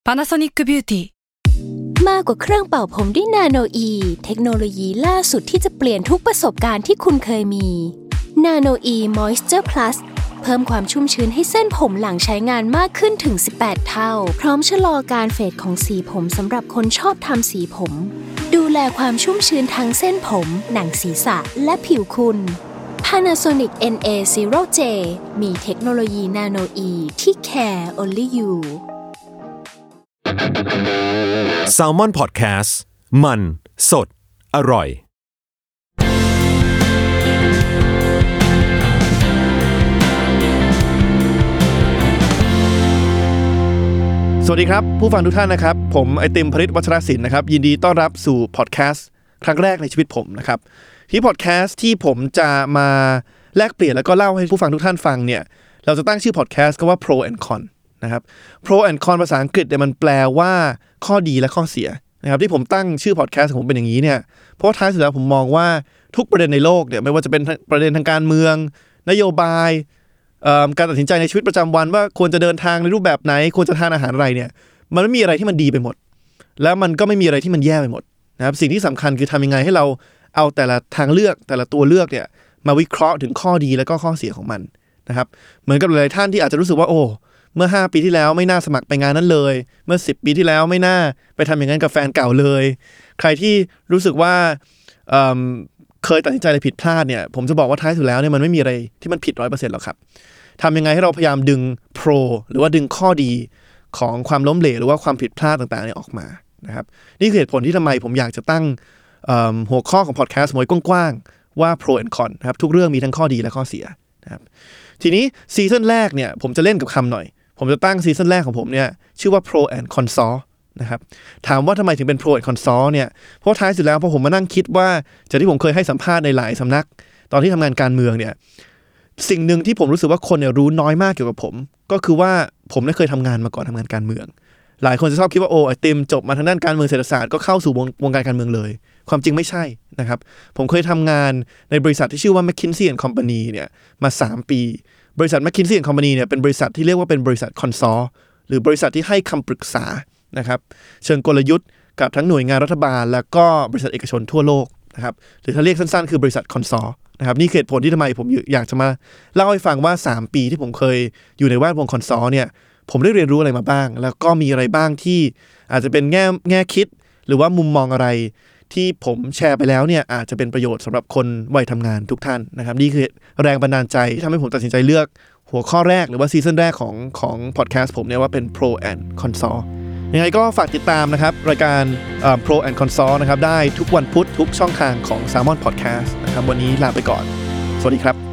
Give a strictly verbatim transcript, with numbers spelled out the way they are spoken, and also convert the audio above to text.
Panasonic Beauty มากกว่าเครื่องเป่าผมด้วยนาโนอีเทคโนโลยีล่าสุดที่จะเปลี่ยนทุกประสบการณ์ที่คุณเคยมีนาโนอีมอยส์เจอร์พลัสเพิ่มความชุ่มชื้นให้เส้นผมหลังใช้งานมากขึ้นถึงสิบแปดเท่าพร้อมชะลอการเฟดของสีผมสำหรับคนชอบทำสีผมดูแลความชุ่มชื้นทั้งเส้นผมหนังศีรษะและผิวคุณ Panasonic เอ็น เอ ศูนย์ เจ มีเทคโนโลยีนาโนอีที่ care only you Salmon Podcast มันสดอร่อยสวัสดีครับผู้ฟังทุกท่านนะครับผมไอติมพฤทธิ์วัชรศิลป์นะครับยินดีต้อนรับสู่พอดแคสต์ครั้งแรกในชีวิตผมนะครับที่พอดแคสต์ที่ผมจะมาแลกเปลี่ยนแล้วก็เล่าให้ผู้ฟังทุกท่านฟังเนี่ยเราจะตั้งชื่อพอดแคสต์ก็ว่า Pro and Con นะครับ Pro and Con ภาษาอังกฤษเนี่ยมันแปลว่าข้อดีและข้อเสียนะครับที่ผมตั้งชื่อพอดแคสต์ของผมเป็นอย่างนี้เนี่ยเพราะท้ายสุดแล้วผมมองว่าทุกประเด็นในโลกเนี่ยไม่ว่าจะเป็นประเด็นทางการเมืองนโยบายการตัดสินใจในชีวิตประจำวันว่าควรจะเดินทางในรูปแบบไหนควรจะทานอาหารอะไรเนี่ยมันไม่มีอะไรที่มันดีไปหมดแล้วมันก็ไม่มีอะไรที่มันแย่ไปหมดนะครับสิ่งที่สำคัญคือทำยังไงให้เราเอาแต่ละทางเลือกแต่ละตัวเลือกเนี่ยมาวิเคราะห์ถึงข้อดีและก็ข้อเสียของมันนะครับเหมือนกับหลายท่านที่อาจจะรู้สึกว่าโอ้เมื่อห้าปีที่แล้วไม่น่าสมัครไปงานนั้นเลยเมื่อสิบปีที่แล้วไม่น่าไปทำอย่างนั้นกับแฟนเก่าเลยใครที่รู้สึกว่าเอ่อเคยตัดสินใจอะไรผิดพลาดเนี่ยผมจะบอกว่าท้ายสุดแล้วเนี่ยมันไม่มีอะไรที่มันผิด ร้อยเปอร์เซ็นต์ หรอกครับทำยังไงให้เราพยายามดึงโปรหรือว่าดึงข้อดีของความล้มเหลวหรือว่าความผิดพลาดต่างๆเนี่ยออกมานะครับนี่คือเหตุผลที่ทำไมผมอยากจะตั้งหัวข้อของพอดแคสต์ไว้กว้างๆว่า Pro and Con นะครับทุกเรื่องมีทั้งข้อดีและข้อเสียนะครับทีนี้ซีซั่นแรกเนี่ยผมจะเล่นกับคำหน่อยผมจะตั้งซีซั่นแรกของผมเนี่ยชื่อว่า Pro and Consort นะครับถามว่าทำไมถึงเป็น Pro and Consort เนี่ยเพราะท้ายสุดแล้วพอผมมานั่งคิดว่าจากที่ผมเคยให้สัมภาษณ์ในหลายสำนักตอนที่ทำงานการเมืองเนี่ยสิ่งหนึ่งที่ผมรู้สึกว่าคนเนี่ยรู้น้อยมากเกี่ยวกับผมก็คือว่าผมได้เคยทำงานมาก่อนทำงานการเมืองหลายคนจะชอบคิดว่าโอ้ไอติมจบมาทางด้านการเมืองเศรษฐศาสตร์ก็เข้าสู่วงวงการการเมืองเลยความจริงไม่ใช่นะครับผมเคยทำงานในบริษัทที่ชื่อว่า McKinsey and Company เนี่ยมาสามปีบริษัท McKinsey and Company เนี่ยเป็นบริษัทที่เรียกว่าเป็นบริษัทคอนซอร์หรือบริษัทที่ให้คำปรึกษานะครับเชิงกลยุทธ์กับทั้งหน่วยงานรัฐบาลแล้วก็บริษัทเอกชนทั่วโลกนะครับหรือถ้าเรียกสั้นๆคือบริษัทคอนซอร์นะครับนี่คือเหตุผลที่ทำไมผมอยากจะมาเล่าให้ฟังว่าสามปีที่ผมเคยอยู่ในแวดวงคอนซอร์เนี่ยผมได้เรียนรู้อะไรมาบ้างแล้วก็มีอะไรบ้างที่อาจจะเป็นแง่แง่คิดหรือว่ามุมมองอะไรที่ผมแชร์ไปแล้วเนี่ยอาจจะเป็นประโยชน์สำหรับคนวัยทำงานทุกท่านนะครับนี่คือแรงบันดาลใจที่ทำให้ผมตัดสินใจเลือกหัวข้อแรกหรือว่าซีซั่นแรกของของพอดแคสต์ผมเนี่ยว่าเป็น Pro and Consort ยังไงก็ฝากติดตามนะครับรายการเอ่อ Pro and Consort นะครับได้ทุกวันพุธทุกช่องทางของ Salmon Podcast นะครับวันนี้ลาไปก่อนสวัสดีครับ